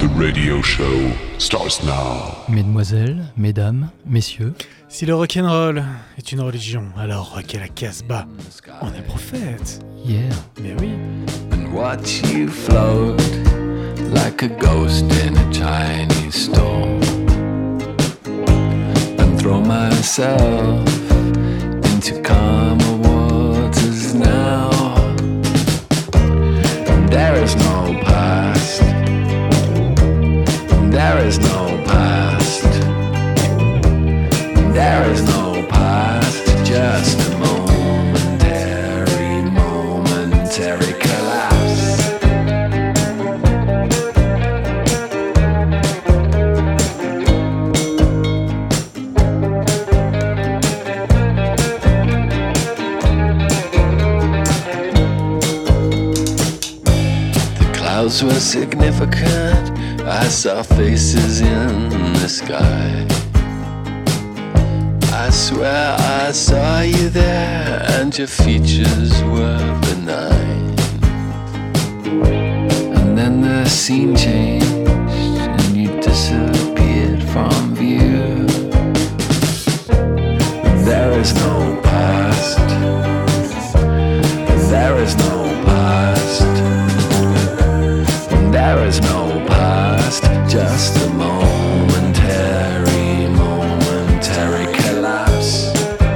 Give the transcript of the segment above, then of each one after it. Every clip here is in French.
radio show starts now. Mesdemoiselles, mesdames, messieurs. Si le rock'n'roll est une religion, alors Rock à la Casbah en est prophète. Yeah. Mais oui. And watch you float like a ghost in a Chinese store. And throw myself into calmer waters now. And there is no past. And there is no past. And there is no past. Just a momentary collapse. Clouds were significant. I saw faces in the sky. I swear I saw you there, and your features were benign. And then the scene changed, and you disappeared from view. There is no past. There is no past. There is no past, just a momentary collapse.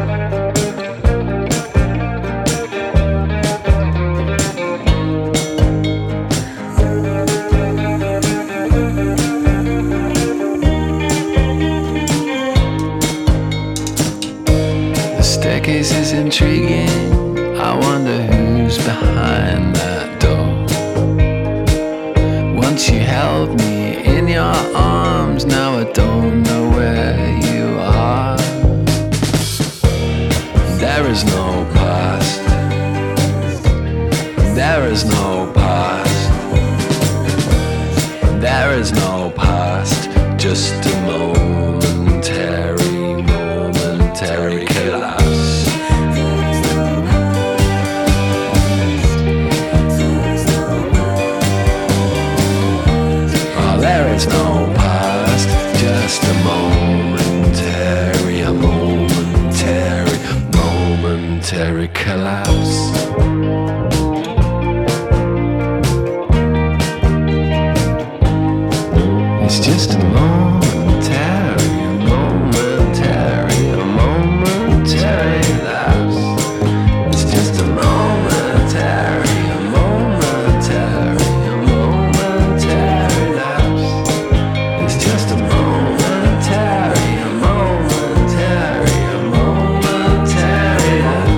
The staircase is intriguing. I wonder who's behind that door. Once you held me in your arms, now I don't know where you are. There is no past. There is no past. There is no past. Just a momentary collapse. There is no past, just a momentary collapse. It's just a momentary lapse. It's just a momentary lapse. It's just a momentary lapse.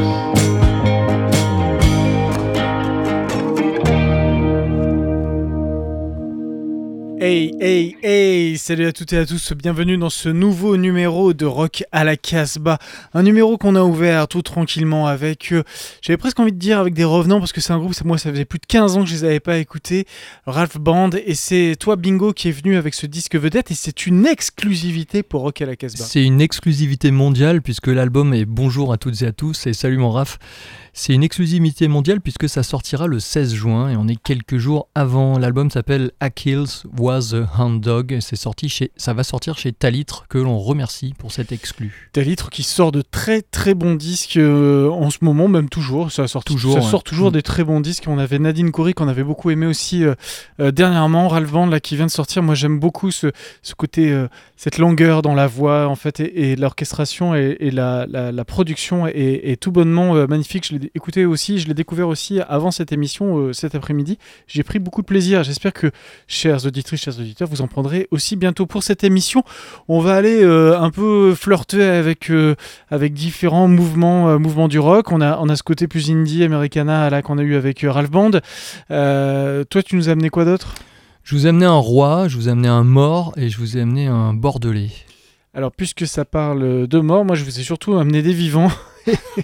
Hey, salut à toutes et à tous, bienvenue dans ce nouveau numéro de Rock à la Casbah. Un numéro qu'on a ouvert tout tranquillement avec, j'avais presque envie de dire avec des revenants, parce que c'est un groupe, moi ça faisait plus de 15 ans que je les avais pas écoutés, Ralph Band, et c'est toi Bingo qui est venu avec ce disque vedette, et c'est une exclusivité pour Rock à la Casbah. C'est une exclusivité mondiale puisque l'album est Bonjour à toutes et à tous et salut mon Raph. C'est une exclusivité mondiale puisque ça sortira le 16 juin et on est quelques jours avant. L'album s'appelle Achilles Was a Hound Dog et ça va sortir chez Talitre, que l'on remercie pour cet exclu. Talitre qui sort de très très bons disques en ce moment, même toujours. Ça sort toujours des très bons disques. On avait Nadine Coury qu'on avait beaucoup aimé aussi dernièrement. Ralph Band là, qui vient de sortir. Moi j'aime beaucoup ce côté, cette longueur dans la voix en fait, et l'orchestration et la production est tout bonnement magnifique. Je l'ai écouté aussi, je l'ai découvert aussi avant cette émission cet après-midi. J'ai pris beaucoup de plaisir. J'espère que, chères auditrices, chers auditeurs, vous en prendrez aussi bientôt. Pour cette émission, on va aller un peu flirter avec différents mouvements du rock. On a ce côté plus indie, Americana là, qu'on a eu avec Ralph Band. Toi, tu nous as amené quoi d'autre ? Je vous ai amené un roi, je vous ai amené un mort et je vous ai amené un bordelais. Alors, puisque ça parle de mort, moi je vous ai surtout amené des vivants.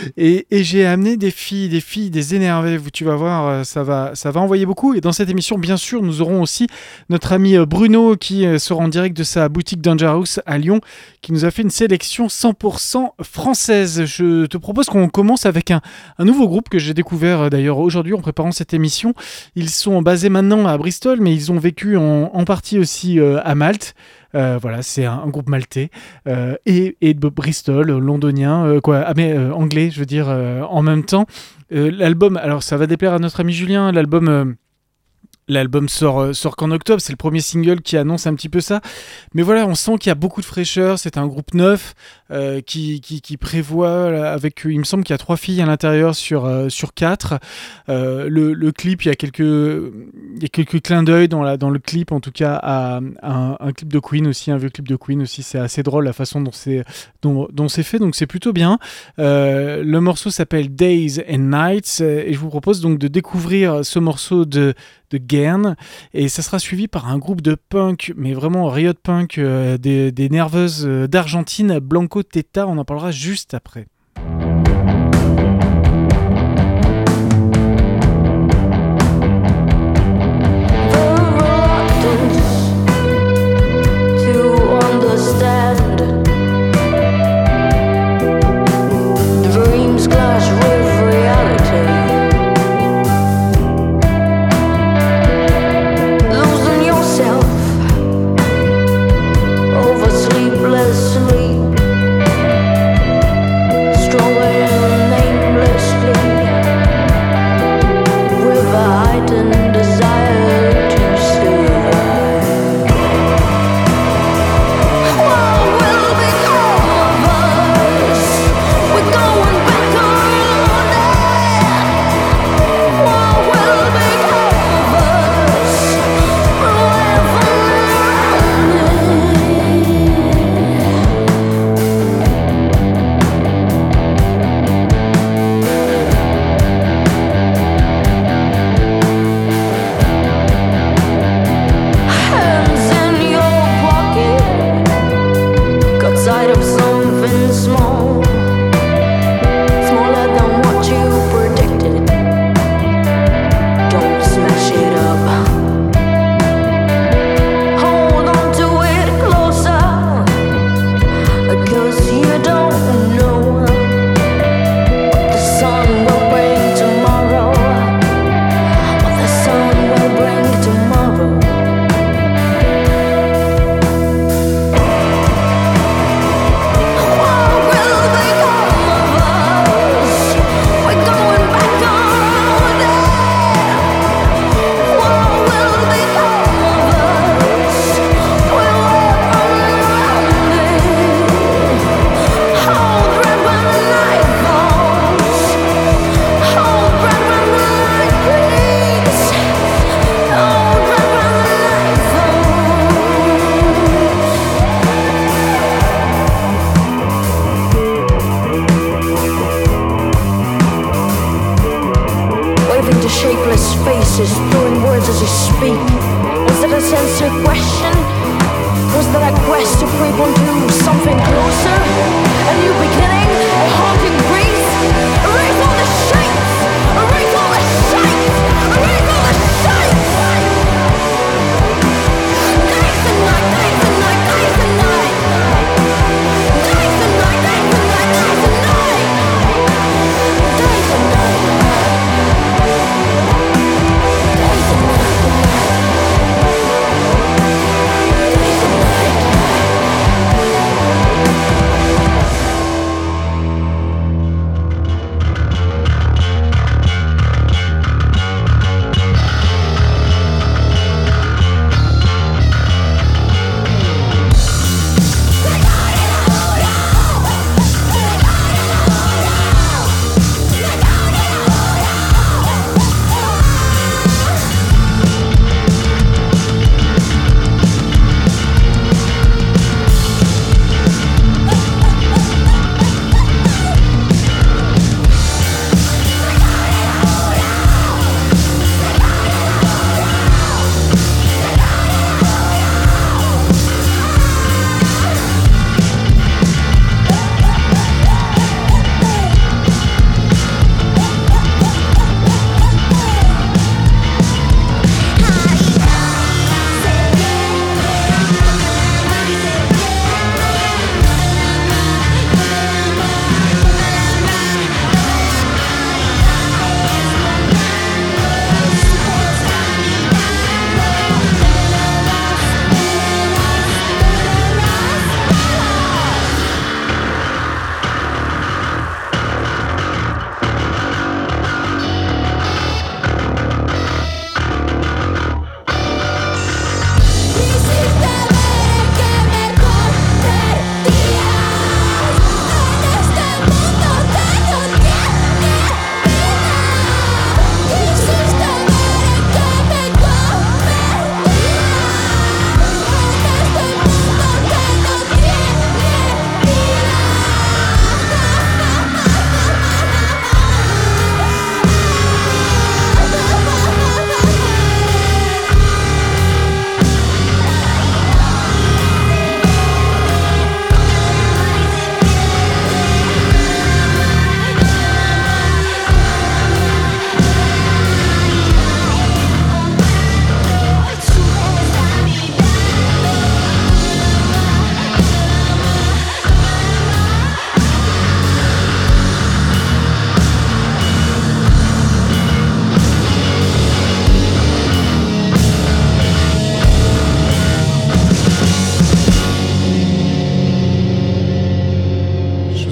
Et j'ai amené des filles des énervées. Tu vas voir, ça va envoyer beaucoup. Et dans cette émission, bien sûr, nous aurons aussi notre ami Bruno qui sera en direct de sa boutique Danger House à Lyon, qui nous a fait une sélection 100% française. Je te propose qu'on commence avec un nouveau groupe que j'ai découvert d'ailleurs aujourd'hui en préparant cette émission. Ils sont basés maintenant à Bristol, mais ils ont vécu en partie aussi à Malte. Voilà, c'est un groupe maltais et de Bristol, londonien, anglais, je veux dire, en même temps. L'album, alors ça va déplaire à notre ami Julien, l'album sort qu'en octobre, c'est le premier single qui annonce un petit peu ça. Mais voilà, on sent qu'il y a beaucoup de fraîcheur, c'est un groupe neuf qui prévoit, il me semble qu'il y a 3 filles à l'intérieur sur 4. Le clip, il y a quelques clins d'œil dans le clip, en tout cas à un clip de Queen aussi, un vieux clip de Queen aussi. C'est assez drôle la façon dont c'est fait, donc c'est plutôt bien. Le morceau s'appelle Days and Nights et je vous propose donc de découvrir ce morceau de Gern, et ça sera suivi par un groupe de punk, mais vraiment riot punk, des nerveuses d'Argentine, Blanco Teta. On en parlera juste après. Sleep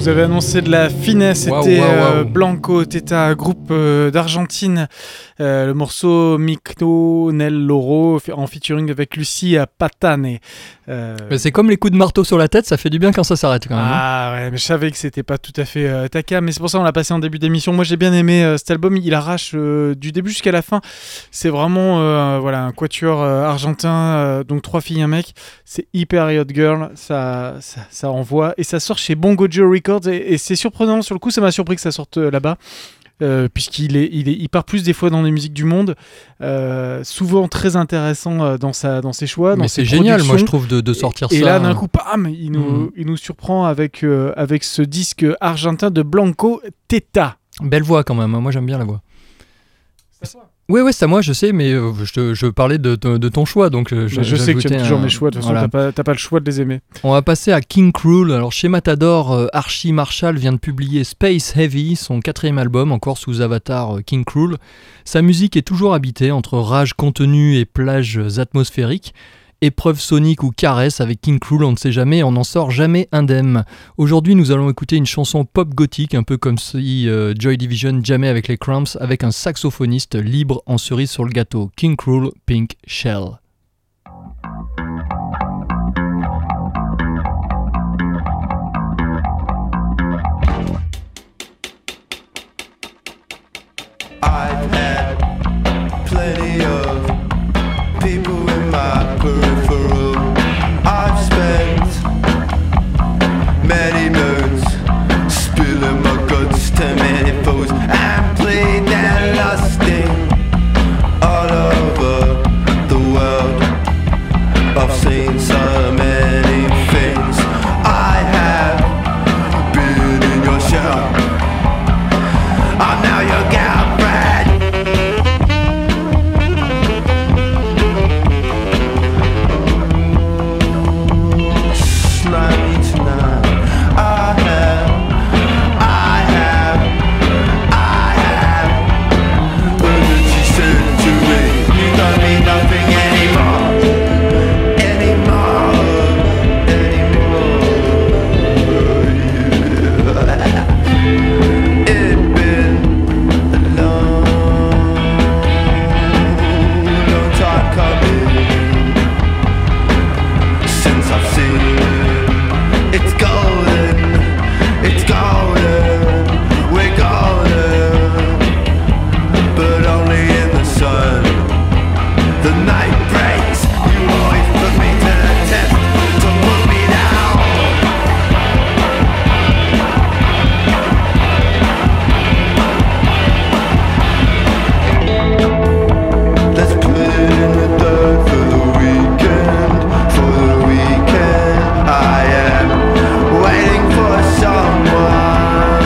vous avez annoncé de la finesse, c'était Blanco Teta, groupe d'Argentine, le morceau Micno Nel Loro en featuring avec Lucia Patane. Mais c'est comme les coups de marteau sur la tête, ça fait du bien quand ça s'arrête quand même. Ah ouais, mais je savais que c'était pas tout à fait ta cam, mais c'est pour ça qu'on l'a passé en début d'émission. Moi j'ai bien aimé cet album, il arrache du début jusqu'à la fin. C'est vraiment un quatuor argentin, donc 3 filles, un mec. C'est hyper hot girl, ça envoie et ça sort chez Bongo Joe Records et c'est surprenant, sur le coup ça m'a surpris que ça sorte là-bas. Puisqu'il part plus des fois dans les musiques du monde, souvent très intéressant dans ses choix. Mais c'est génial, moi je trouve de sortir ça. Et là d'un coup, bam, il nous surprend avec ce disque argentin de Blanco Teta. Belle voix quand même, moi j'aime bien la voix. Oui, c'est à moi, je sais, mais je parlais de ton choix, donc je sais que tu aimes toujours mes choix, de toute façon, t'as pas le choix de les aimer. On va passer à King Krule. Alors chez Matador, Archie Marshall vient de publier Space Heavy, son 4e album, encore sous avatar King Krule. Sa musique est toujours habitée entre rage contenue et plages atmosphériques. Épreuve sonique ou caresse avec King Krule, on ne sait jamais, on n'en sort jamais indemne. Aujourd'hui, nous allons écouter une chanson pop gothique, un peu comme si Joy Division jammait avec les Cramps, avec un saxophoniste libre en cerise sur le gâteau. King Krule, Pink Shell. I've had plenty of people in my peripheral. I've spent many moons spilling my guts to many foes and played and lusting all over the world. I've seen so many things. I have been in your shell. I'm now your girlfriend. Slimy tonight. I have heard that she said to me, you don't mean nothing anymore. It'd been a long time coming since I've seen it's golden, we're golden, but only in the sun. The night breaks, you always put me to the test, to put me down. Let's put it in the dirt for the weekend, I am waiting for someone.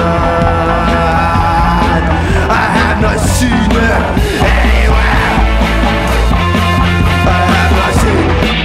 I have not seen it anywhere. I have not seen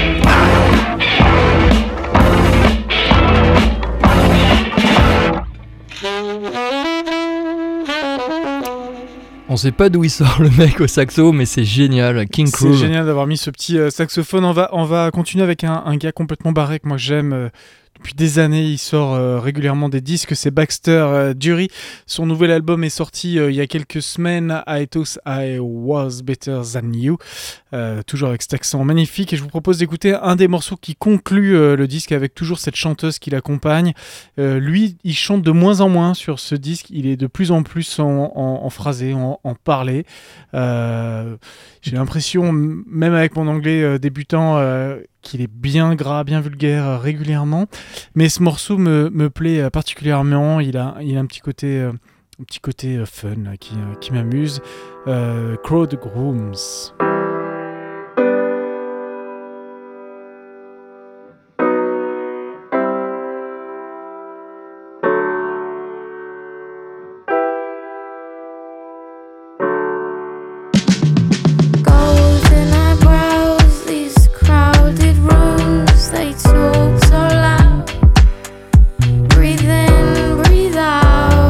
On sait pas d'où il sort le mec au saxo, mais c'est génial. King Krule. C'est génial d'avoir mis ce petit saxophone. On va continuer avec un gars complètement barré que moi j'aime. Depuis des années, il sort régulièrement des disques, c'est Baxter Dury. Son nouvel album est sorti il y a quelques semaines, I Thought I Was Better Than You, toujours avec cet accent magnifique. Et je vous propose d'écouter un des morceaux qui conclut le disque avec toujours cette chanteuse qui l'accompagne. Lui, il chante de moins en moins sur ce disque, il est de plus en plus en phrasé, en parlé. J'ai l'impression, même avec mon anglais débutant, qu'il est bien gras, bien vulgaire régulièrement. Mais ce morceau me plaît particulièrement. Il a un petit côté fun là, qui m'amuse. Crowd Grooms.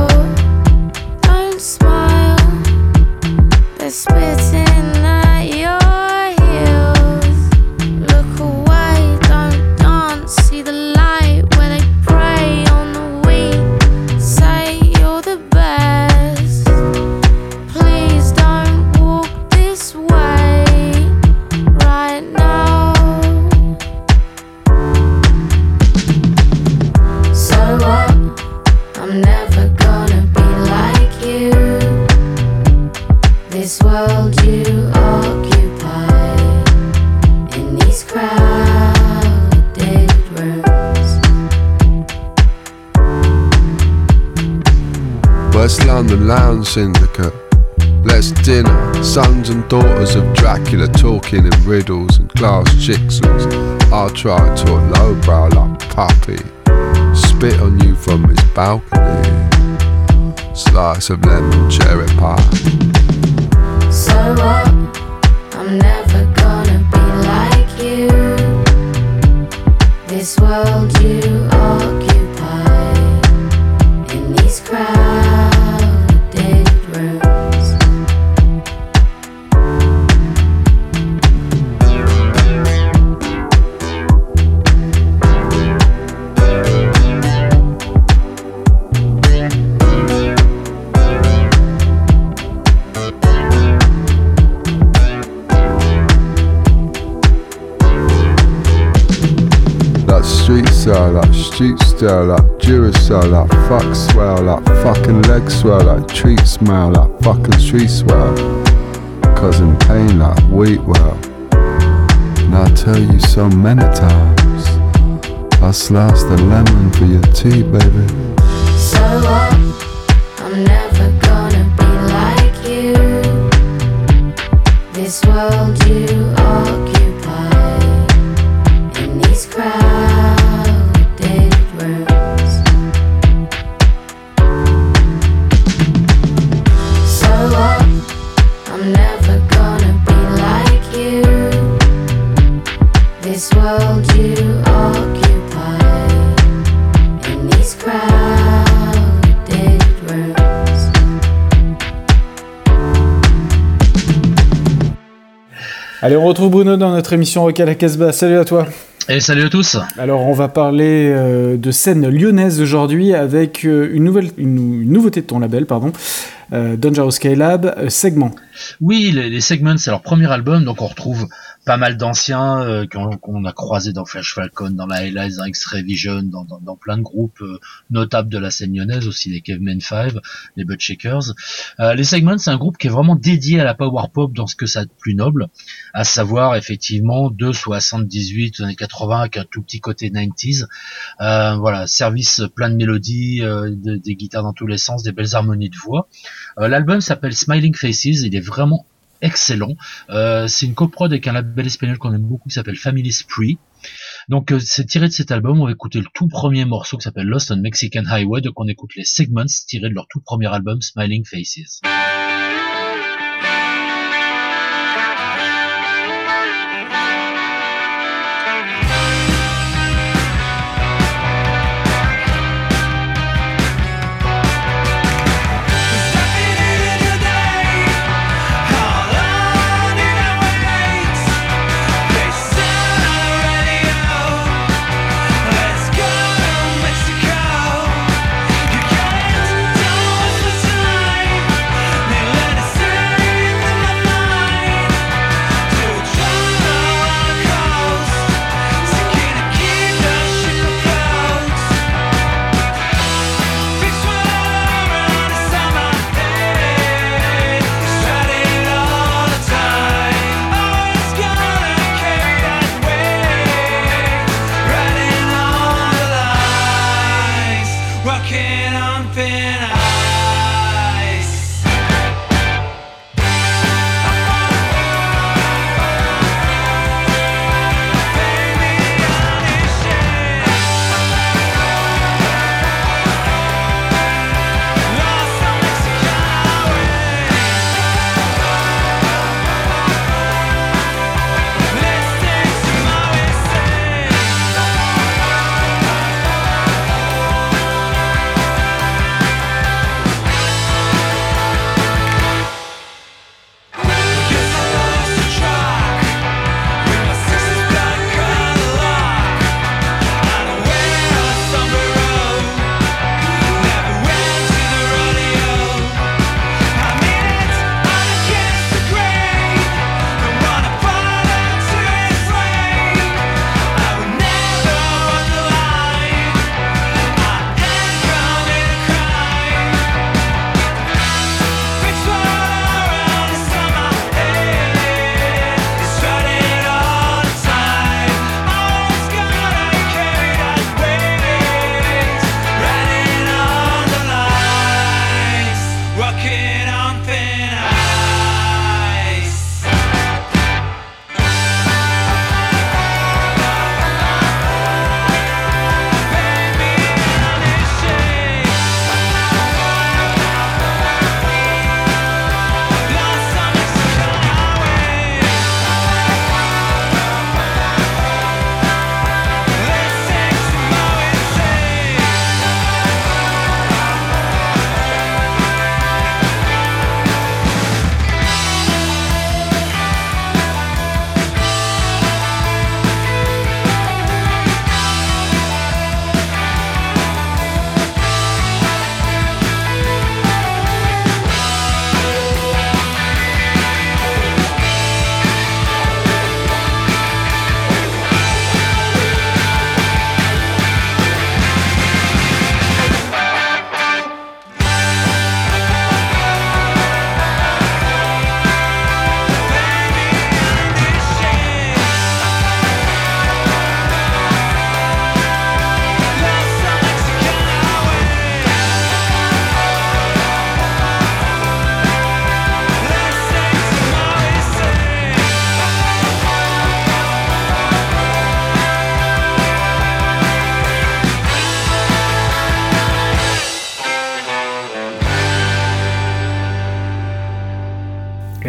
Spitting at your London Lounge Syndicate. Let's dinner, sons and daughters of Dracula talking in riddles and glass jigsaws. I'll try to talk lowbrow like puppy, spit on you from his balcony, slice of lemon cherry pie. So what? I'm never gonna be like you. This world you occupy in these crowded rooms. Street style, like street style, like Duracell, like fuck swell, like fucking leg swell, like treat smell, like fucking tree swell. Causing pain like wheat well. And I tell you so many times, I'll slice the lemon for your tea, baby. So what? I'm never gonna be like you. This world you occupy in these crowded rooms. So what? I'm never gonna be like you. This world you occupy in these crowded rooms. Allez, on retrouve Bruno dans notre émission Rock à la Casbah. Salut à toi. Et salut à tous. Alors, on va parler de scène lyonnaise aujourd'hui avec une nouveauté de ton label, Dangerous Skylab, Segment. Oui, les Segments, c'est leur premier album, donc on retrouve pas mal d'anciens qu'on a croisés dans Flash Falcon, dans la Highlights, dans X-Ray Vision, dans plein de groupes notables de la scène lyonnaise, aussi les Cavemen 5, les Butt Shakers. Les Segments, c'est un groupe qui est vraiment dédié à la power pop dans ce que ça a de plus noble, à savoir effectivement de 78 aux années 80 avec un tout petit côté 90s. Voilà, service plein de mélodies, des guitares dans tous les sens, des belles harmonies de voix. L'album s'appelle Smiling Faces, il est vraiment excellent. C'est une coprod avec un label espagnol qu'on aime beaucoup qui s'appelle Family Spree. Donc c'est tiré de cet album, on va écouter le tout premier morceau qui s'appelle Lost on Mexican Highway, donc on écoute les Segments tirés de leur tout premier album Smiling Faces. Mexico, you can't do us the time.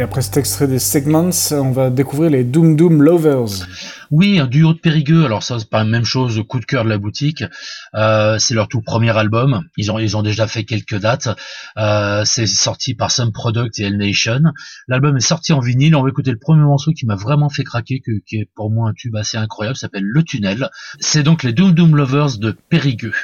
après cet extrait des Segments, on va découvrir les Doom Doom Lovers. Oui, un duo de Périgueux. Alors ça, c'est pas la même chose. Coup de cœur de la boutique. C'est leur tout premier album. Ils ont déjà fait quelques dates. C'est sorti par Some Product et L Nation. L'album est sorti en vinyle. On va écouter le premier morceau qui m'a vraiment fait craquer, qui est pour moi un tube assez incroyable. Ça s'appelle Le Tunnel. C'est donc les Doom Doom Lovers de Périgueux.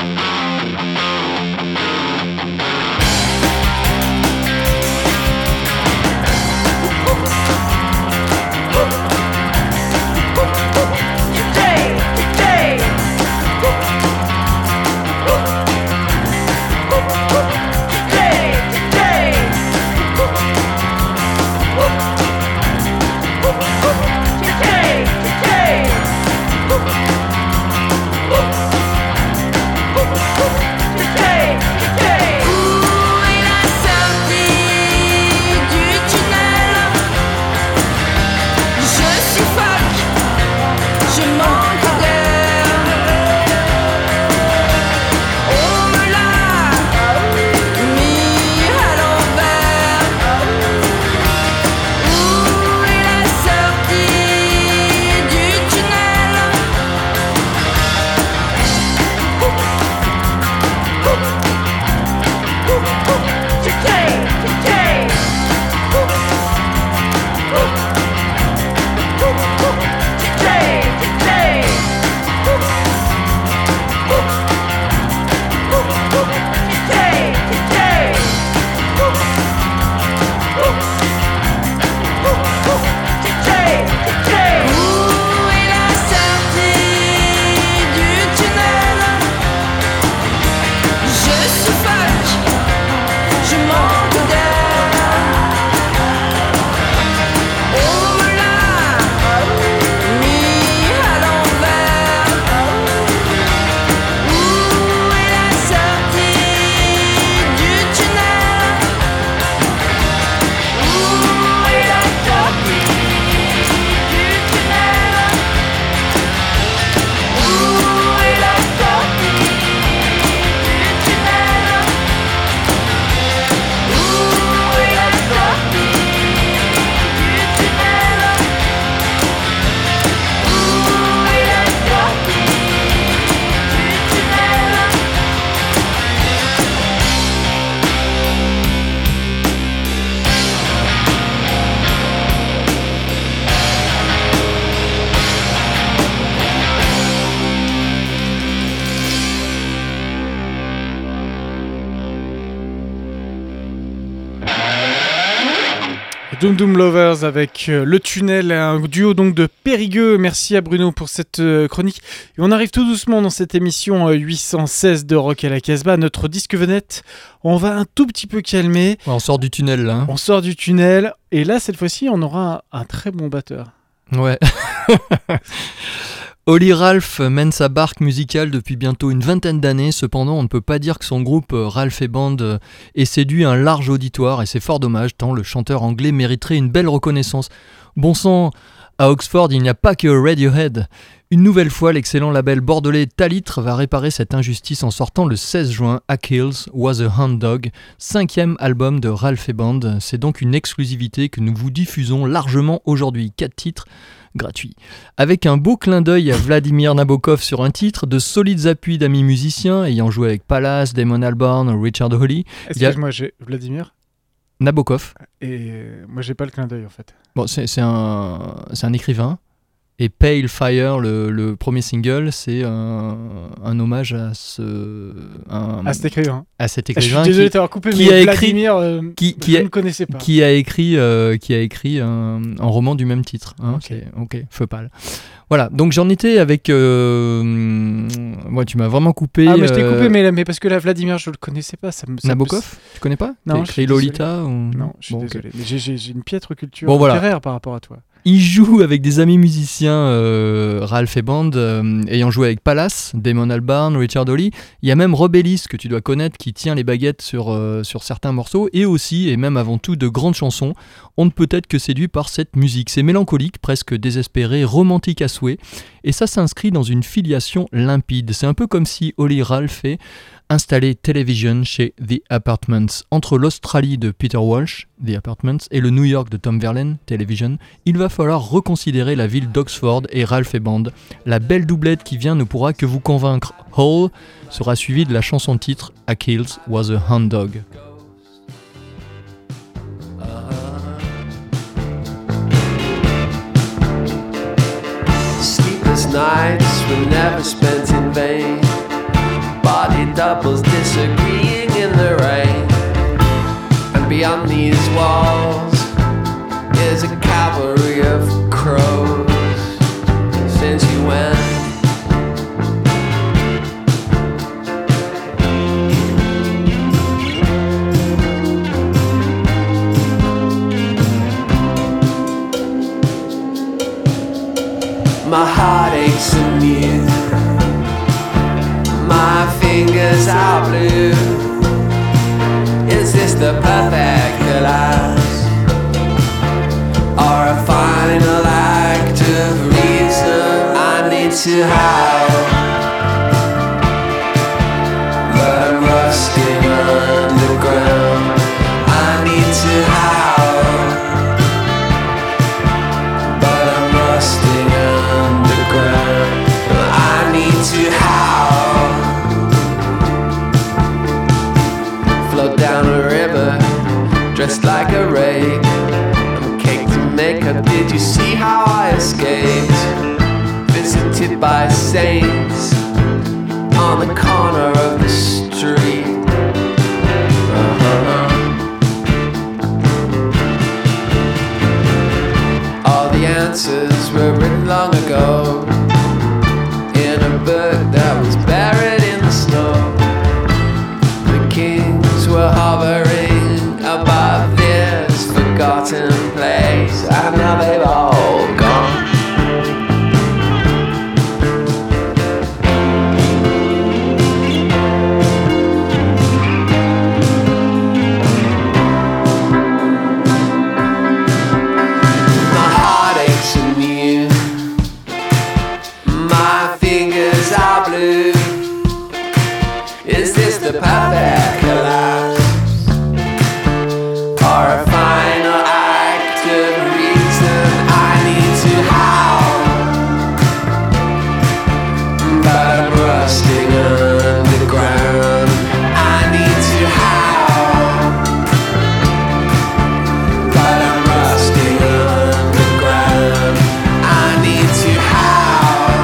Doom Doom Lovers avec Le Tunnel, un duo donc de Périgueux. Merci à Bruno pour cette chronique. Et on arrive tout doucement dans cette émission 816 de Rock à la Casbah, notre disque vedette. On va un tout petit peu calmer. Ouais, on sort du tunnel là. On sort du tunnel et là cette fois-ci on aura un très bon batteur. Ouais. Olly Ralph mène sa barque musicale depuis bientôt une vingtaine d'années, cependant on ne peut pas dire que son groupe Ralph & Band ait séduit un large auditoire et c'est fort dommage tant le chanteur anglais mériterait une belle reconnaissance. Bon sang, à Oxford il n'y a pas que Radiohead. Une nouvelle fois, l'excellent label bordelais Talitre va réparer cette injustice en sortant le 16 juin Achilles Was a Hound Dog, 5e album de Ralph & Band. C'est donc une exclusivité que nous vous diffusons largement aujourd'hui, 4 titres gratuits. Avec un beau clin d'œil à Vladimir Nabokov sur un titre, de solides appuis d'amis musiciens ayant joué avec Palace, Damon Albarn, Richard Hawley. Excuse-moi, j'ai Vladimir Nabokov. Et moi j'ai pas le clin d'œil en fait. Bon, c'est un écrivain. Et Pale Fire, le premier single, c'est un hommage à cet écrivain. À cet écrivain. Je suis désolé de t'avoir coupé, mais Vladimir, je ne connaissais pas. Qui a écrit un roman du même titre. Hein, ok, feu pâle. Voilà, donc j'en étais avec... Moi, tu m'as vraiment coupé. Ah, mais je t'ai coupé, mais parce que là, Vladimir, je le connaissais pas. Nabokov, tu connais pas? Non, T'as écrit Lolita ou... Non, je suis désolé. Mais j'ai une piètre culture littéraire par rapport à toi. Il joue avec des amis musiciens, Ralph et Band, ayant joué avec Palace, Damon Albarn, Richard Hawley. Il y a même Rob Ellis, que tu dois connaître, qui tient les baguettes sur certains morceaux, et aussi, et même avant tout, de grandes chansons. On ne peut être que séduit par cette musique. C'est mélancolique, presque désespéré, romantique à souhait, et ça s'inscrit dans une filiation limpide. C'est un peu comme si Holly Ralph est installé Television chez The Apartments. Entre l'Australie de Peter Walsh, The Apartments, et le New York de Tom Verlaine, Television, il va falloir reconsidérer la ville d'Oxford et Ralph et Band. La belle doublette qui vient ne pourra que vous convaincre. Hall sera suivie de la chanson titre Achilles Was a Hound Dog. Sleepless nights were never spent in vain. Body doubles disagreeing in the rain. And beyond these walls is a cavalry of crows. Since you went, my heart aches anew. My fingers are blue. Is this the perfect collapse? Or a final act of reason I need to have? But I'm rusting underground. I need to have. But I'm rusting underground. I need to have. Float down a river, dressed like a rake. I'm caked in makeup, did you see how I escaped? Visited by saints on the corner of the street. All the answers were written long ago in a book that was buried in the snow. The kings were hovering above this forgotten place, and now they've all gone. My heart aches anew. My fingers are blue. Is this the perfect collapse? Or a final act of reason I need to have? But I'm rusting underground. I need to have. But I'm rusting underground. I need to have.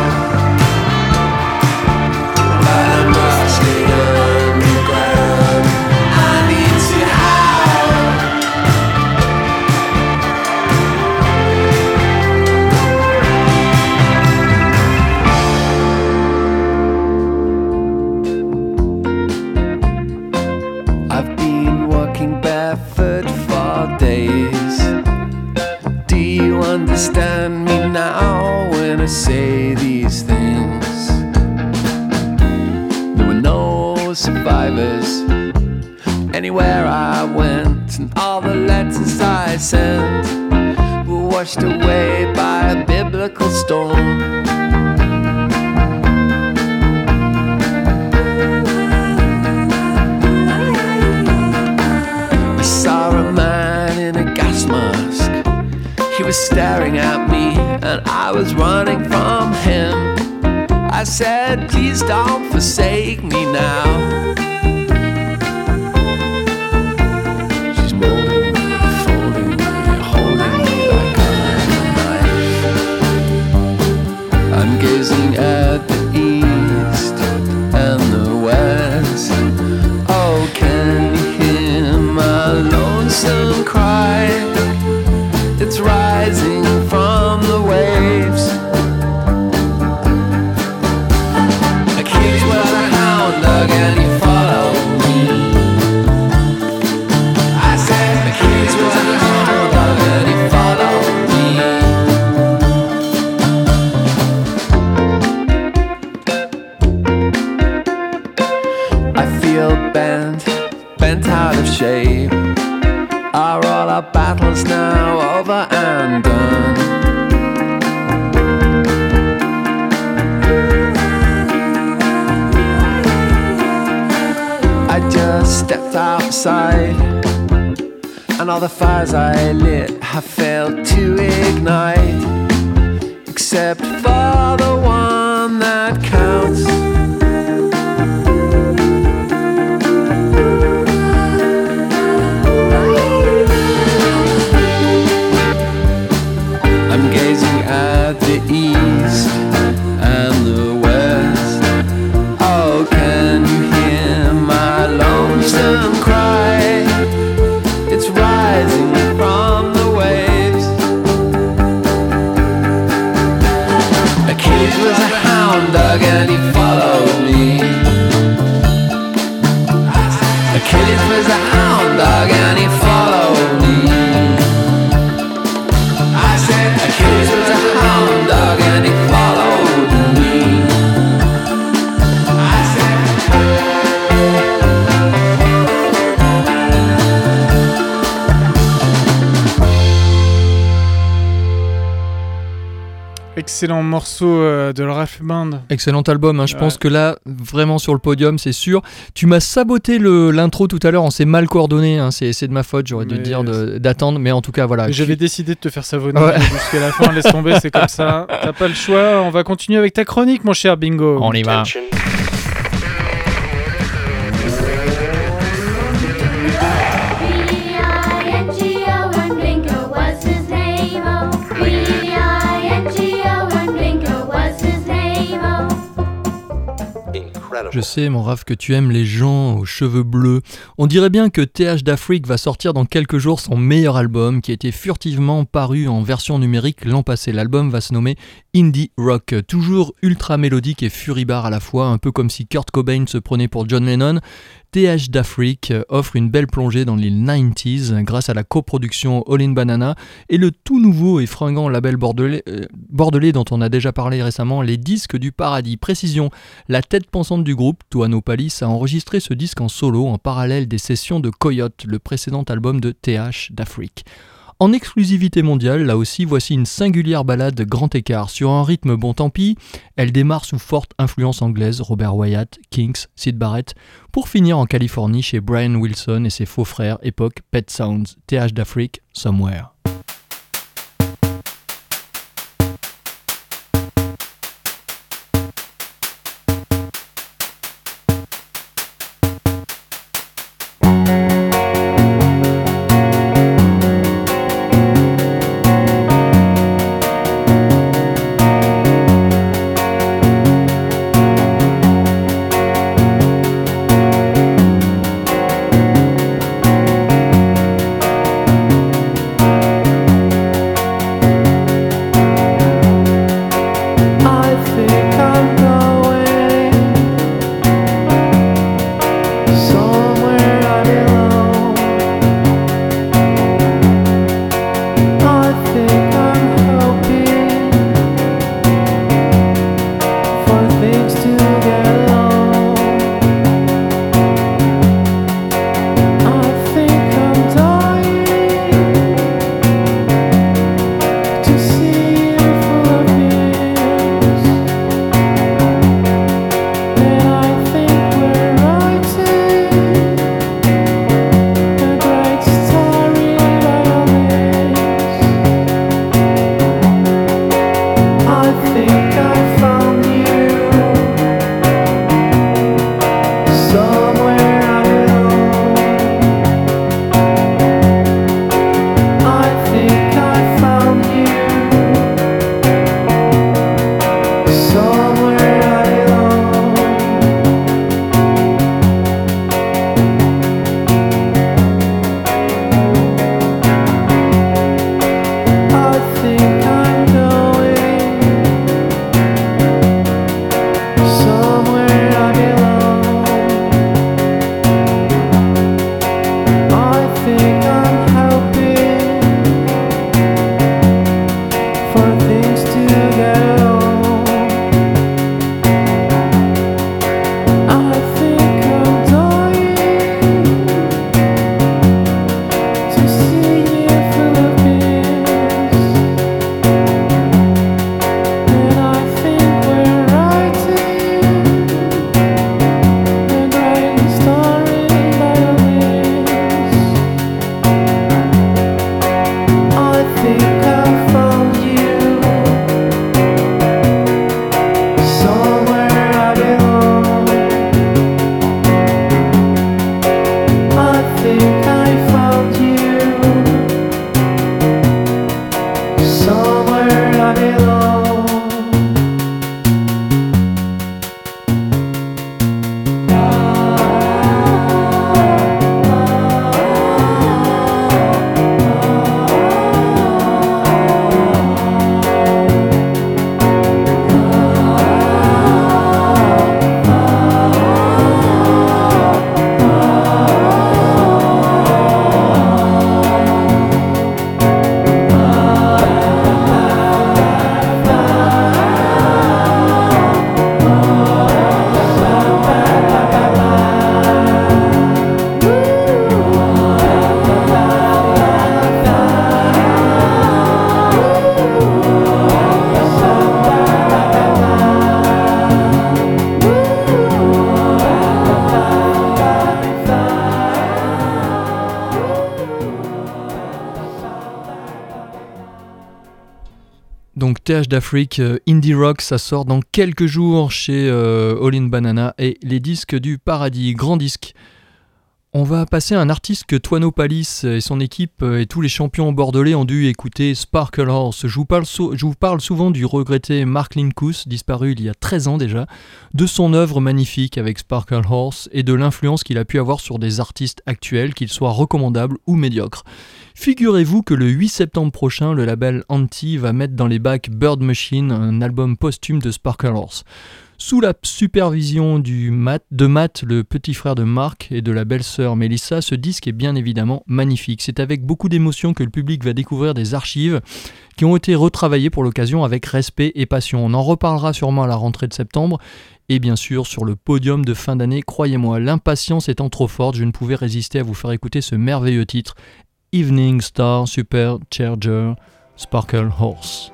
But I'm rusting underground. I need to have. I've been walking barefoot for days. Do you understand me now when I say these things? There were no survivors anywhere I went, and all the letters I sent were washed away by a biblical storm. I saw a man in a gas mask. He was staring at me and I was running from him. I said, please don't forsake me now. She's molding me, folding me, holding me like I'm a knife. I'm gazing at the east and the west. Oh, can you hear my lonesome cry? It's rising from the waves. Achilles was a hound dog and he fought feel bent out of shape. Are all our battles now over and done? I just stepped outside, and all the fires I lit have failed to ignite, except for the one that counts. I'm gazing at the east and the west. Oh, can you hear my lonesome cry? It's rising from the waves. Achilles was a hound dog and he followed me. Achilles was a hound dog and he followed me. I said Achilles was a hound dog and he followed me. I said Excellent morceau de la Ralph Band. Excellent album, hein. Je pense que là, vraiment sur le podium, c'est sûr. Tu m'as saboté l'intro tout à l'heure, on s'est mal coordonné, hein. C'est de ma faute, j'aurais dû te dire d'attendre, mais en tout cas, voilà. J'avais décidé de te faire savonner jusqu'à la fin, laisse tomber, c'est comme ça. T'as pas le choix, on va continuer avec ta chronique, mon cher Bingo. On y va. Je sais, mon Raph, que tu aimes les gens aux cheveux bleus. On dirait bien que TH d'Afrique va sortir dans quelques jours son meilleur album, qui a été furtivement paru en version numérique l'an passé. L'album va se nommer Indie Rock, toujours ultra mélodique et furibard à la fois, un peu comme si Kurt Cobain se prenait pour John Lennon. TH d'Afrique offre une belle plongée dans les 90s grâce à la coproduction All in Banana et le tout nouveau et fringant label bordelais dont on a déjà parlé récemment, les Disques du Paradis. Précision, la tête pensante du groupe, Tuano Palis, a enregistré ce disque en solo en parallèle des sessions de Coyote, le précédent album de TH d'Afrique. En exclusivité mondiale, là aussi, voici une singulière ballade grand écart. Sur un rythme bon tant pis, elle démarre sous forte influence anglaise, Robert Wyatt, Kinks, Syd Barrett, pour finir en Californie chez Brian Wilson et ses faux frères, époque Pet Sounds, TH d'Afrique, Somewhere. TH d'Afrique, Indie Rock, ça sort dans quelques jours chez All in Banana et les disques du paradis, grand disque. On va passer à un artiste que Toano Palis et son équipe et tous les champions bordelais ont dû écouter, Sparkle Horse. Je vous parle souvent du regretté Mark Linkous, disparu il y a 13 ans déjà, de son œuvre magnifique avec Sparkle Horse et de l'influence qu'il a pu avoir sur des artistes actuels, qu'ils soient recommandables ou médiocres. Figurez-vous que le 8 septembre prochain, le label Anti va mettre dans les bacs Bird Machine, un album posthume de Sparkle Horse. Sous la supervision de Matt, le petit frère de Mark, et de la belle-sœur Melissa, ce disque est bien évidemment magnifique. C'est avec beaucoup d'émotion que le public va découvrir des archives qui ont été retravaillées pour l'occasion avec respect et passion. On en reparlera sûrement à la rentrée de septembre, et bien sûr sur le podium de fin d'année, croyez-moi, l'impatience étant trop forte, je ne pouvais résister à vous faire écouter ce merveilleux titre, Evening Star Supercharger, Sparkle Horse.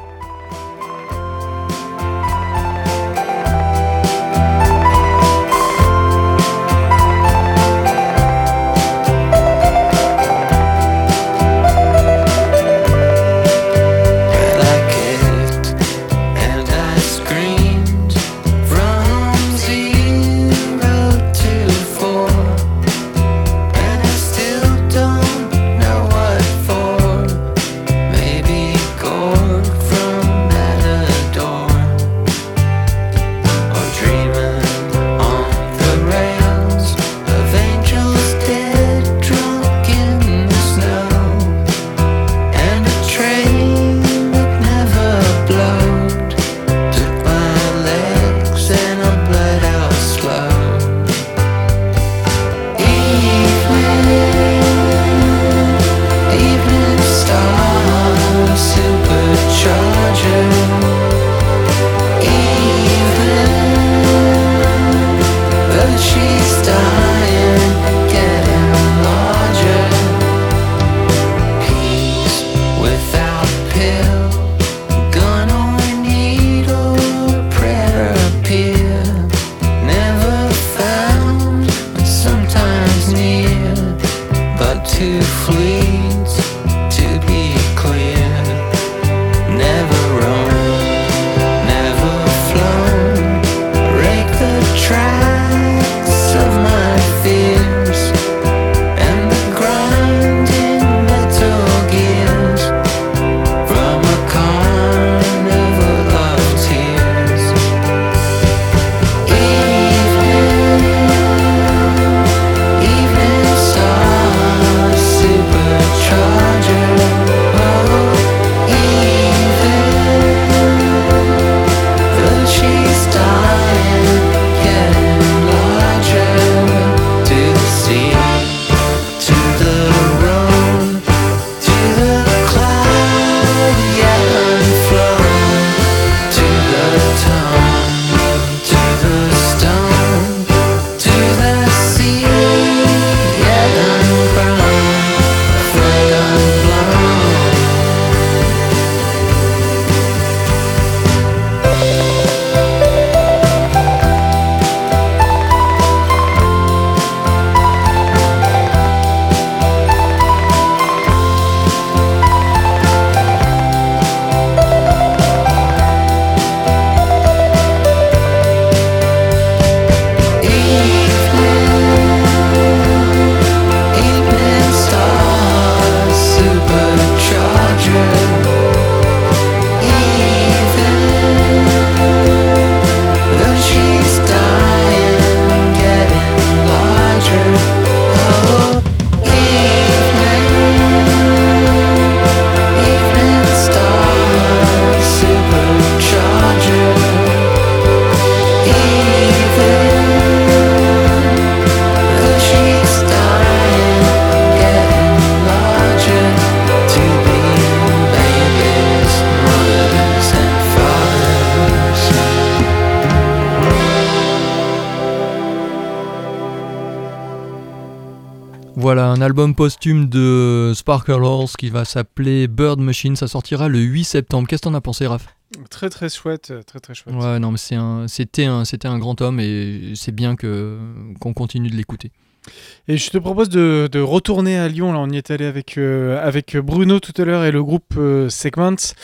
Voilà, un album posthume de Sparkle Horse qui va s'appeler Bird Machine, ça sortira le 8 septembre. Qu'est-ce que t'en as pensé, Raph ? Très très chouette, très très chouette. Ouais, non, mais c'était un grand homme et c'est bien qu'on continue de l'écouter. Et je te propose de retourner à Lyon. Là, on y est allé avec Bruno tout à l'heure et le groupe Segments.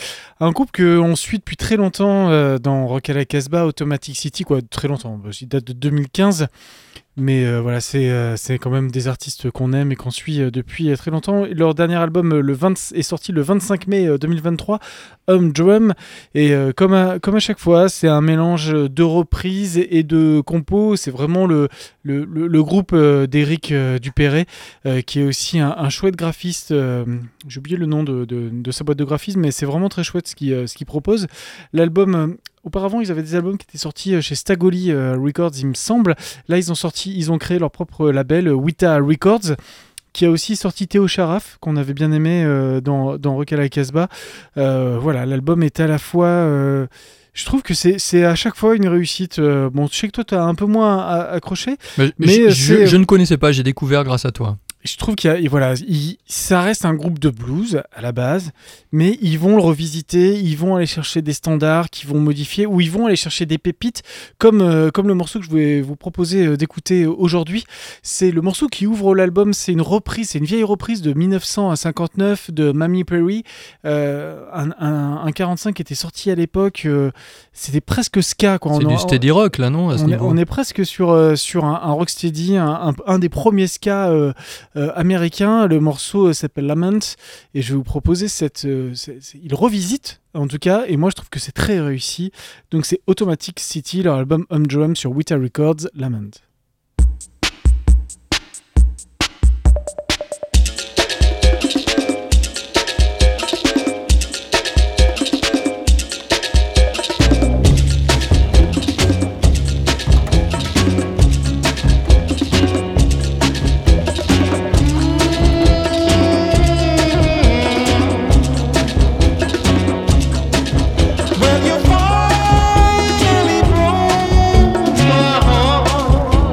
Un groupe qu'on suit depuis très longtemps dans Rock à la Casbah, Automatic City, quoi, très longtemps, il date de 2015. Mais voilà, c'est quand même des artistes qu'on aime et qu'on suit depuis très longtemps. Leur dernier album est sorti le 25 mai 2023, Drum. Et comme à chaque fois, c'est un mélange de reprises et de compos. C'est vraiment le groupe d'Éric Dupéret, qui est aussi un chouette graphiste. J'ai oublié le nom de sa boîte de graphisme, mais c'est vraiment très chouette ce qu'il propose. L'album... Auparavant, ils avaient des albums qui étaient sortis chez Stagoli Records, il me semble. Là, ils ont créé leur propre label, Wita Records, qui a aussi sorti Théo Charaf, qu'on avait bien aimé dans Rock à la Casbah. Voilà, l'album est à la fois... je trouve que c'est à chaque fois une réussite. Bon, je sais que toi, tu as un peu moins accroché. Mais je ne connaissais pas, j'ai découvert grâce à toi. Je trouve ça reste un groupe de blues à la base, mais ils vont le revisiter, ils vont aller chercher des standards qu'ils vont modifier, ou ils vont aller chercher des pépites, comme le morceau que je vais vous proposer d'écouter aujourd'hui. C'est le morceau qui ouvre l'album, c'est une vieille reprise de 1959 de Mamie Perry, un 45 qui était sorti à l'époque, c'était presque ska, quoi. C'est du steady rock là, non, à ce niveau. On est presque sur un rocksteady, un des premiers ska américain. Le morceau s'appelle Lament et je vais vous proposer il revisite en tout cas, et moi je trouve que c'est très réussi. Donc c'est Automatic City, leur album Drum sur Wita Records, Lament. Well, you finally broke my heart.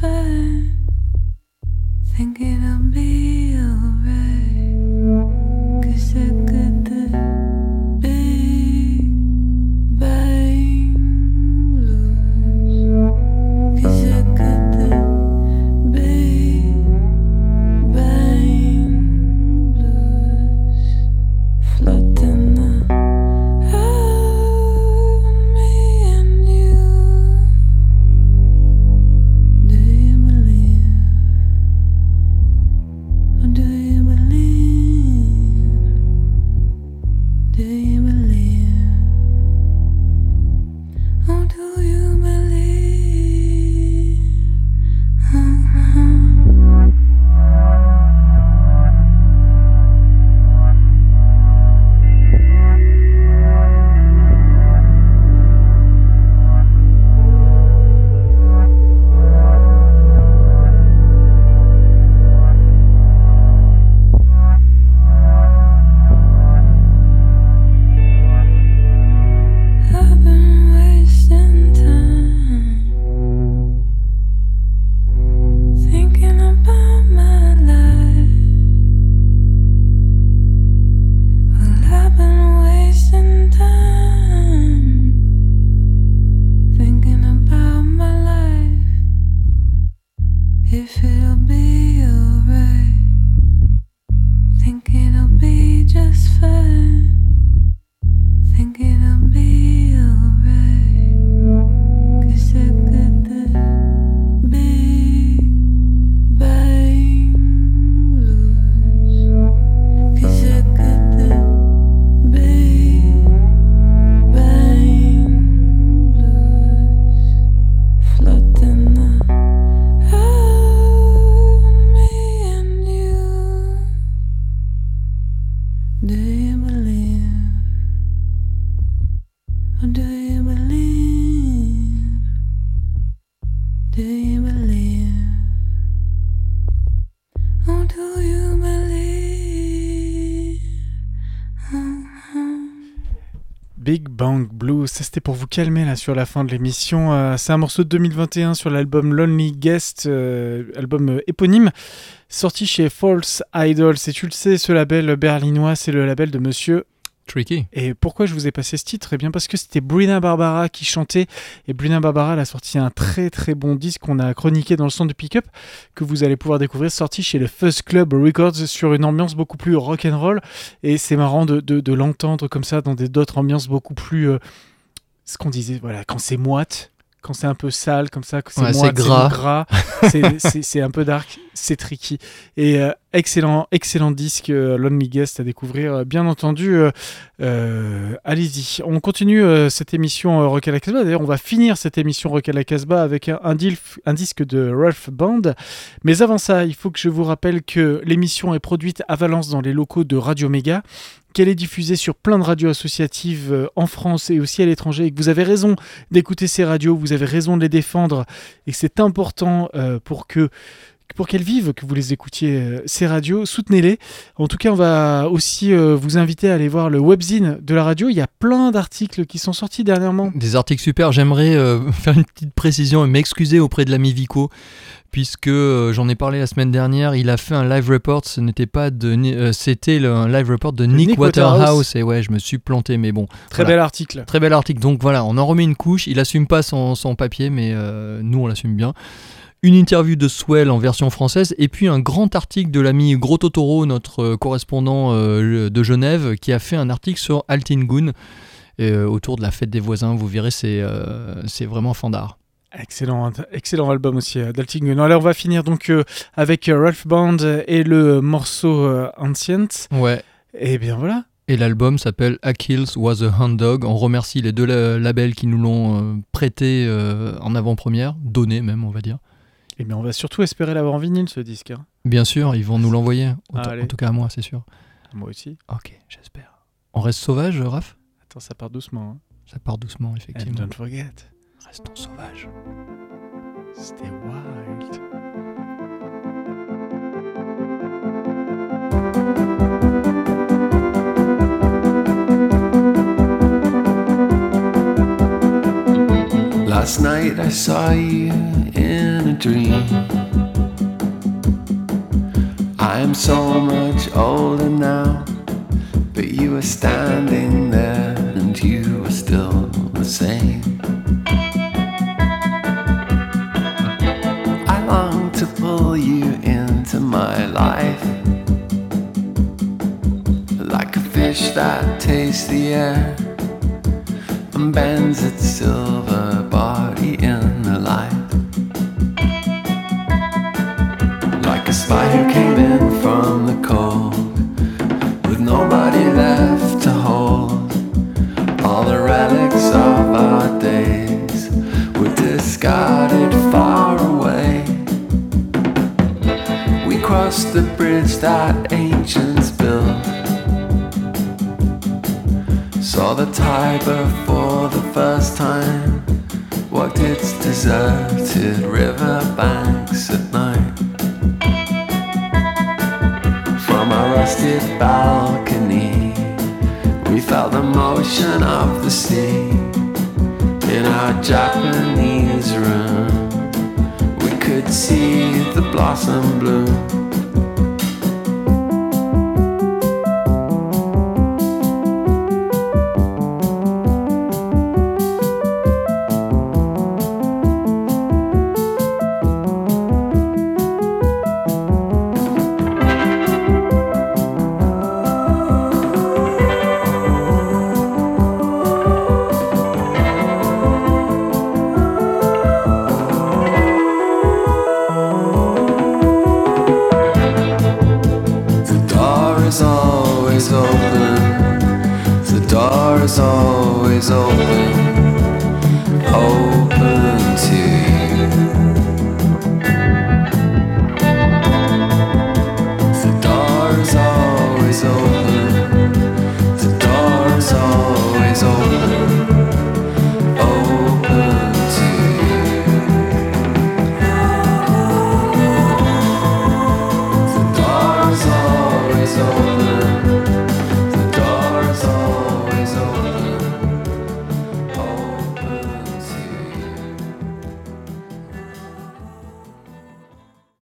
fine. Think it'll be alright. 'Cause I got the big bang blues. 'Cause I got the big bang blues. Floating on me and you. Do you believe? Or do you believe? Do you believe? Oh, do you believe? I've been wasting time thinking about my life. Well, I've been wasting time thinking about my life. If it'll be alright, think it'll be just fine. Think it'll be alright. 'Cause I got the big bang blues. 'Cause I got the big bang blues. Floating on me and you. Do you believe? Or do you believe? Do you believe? Oh, do you believe? Big Bang Blues, ça c'était pour vous calmer là sur la fin de l'émission. C'est un morceau de 2021 sur l'album Lonely Guest, album éponyme, sorti chez False Idols. Et tu le sais, ce label berlinois, c'est le label de monsieur... Tricky. Et pourquoi je vous ai passé ce titre ? Eh bien parce que c'était Brina Barbara qui chantait. Et Brina Barbara, elle a sorti un très très bon disque qu'on a chroniqué dans le son de Pick-Up, que vous allez pouvoir découvrir, sorti chez le Fuzz Club Records, sur une ambiance beaucoup plus rock'n'roll. Et c'est marrant de l'entendre comme ça dans d'autres ambiances beaucoup plus... ce qu'on disait, voilà, quand c'est moite, quand c'est un peu sale comme ça, quand c'est moite, c'est gras. c'est un peu dark, c'est tricky. Et excellent disque, Lonely Guest à découvrir, bien entendu. Allez-y, on continue cette émission Rock à la Casbah. D'ailleurs, on va finir cette émission Rock à la Casbah avec un disque de Ralph Band. Mais avant ça, il faut que je vous rappelle que l'émission est produite à Valence dans les locaux de Radio Méga, qu'elle est diffusée sur plein de radios associatives en France et aussi à l'étranger, et que vous avez raison d'écouter ces radios, vous avez raison de les défendre, et que c'est important pour qu'elles vivent, que vous les écoutiez, ces radios, soutenez-les. En tout cas, on va aussi vous inviter à aller voir le webzine de la radio. Il y a plein d'articles qui sont sortis dernièrement. Des articles super. J'aimerais faire une petite précision et m'excuser auprès de l'ami Vico, puisque j'en ai parlé la semaine dernière. Il a fait un live report, c'était un live report de Nick Waterhouse. Et ouais, je me suis planté, mais bon. Très bel article. Très bel article. Donc voilà, on en remet une couche. Il assume pas son papier, mais nous, on l'assume bien. Une interview de Swell en version française, et puis un grand article de l'ami Gros Totoro, notre correspondant de Genève, qui a fait un article sur Altingun, autour de la fête des voisins. Vous verrez, c'est vraiment fandard. Excellent album aussi d'Altingun. Allez, on va finir donc avec Ralph Band et le morceau Ancient. Ouais. Et bien voilà. Et l'album s'appelle Achilles Was a Hound Dog. On remercie les deux labels qui nous l'ont prêté en avant-première, donné même, on va dire. Et bien on va surtout espérer l'avoir en vinyle, ce disque. Hein. Bien sûr, ils vont nous l'envoyer. En tout cas à moi, c'est sûr. Moi aussi. Ok, j'espère. On reste sauvage, Raph ? Attends, ça part doucement. Hein. Ça part doucement, effectivement. And don't forget. Restons sauvages. Stay wild. Last night I saw you in a dream. I am so much older now, but you were standing there and you were still the same. I long to pull you into my life, like a fish that tastes the air and bends its silver body in the light. Like a spy who came in from the cold, with nobody left to hold. All the relics of our days were discarded far away. We crossed the bridge that ancients built, saw the Tiber for the first time, walked its deserted riverbanks at night. From our rusted balcony, we felt the motion of the sea. In our Japanese room, we could see the blossom bloom. Always open.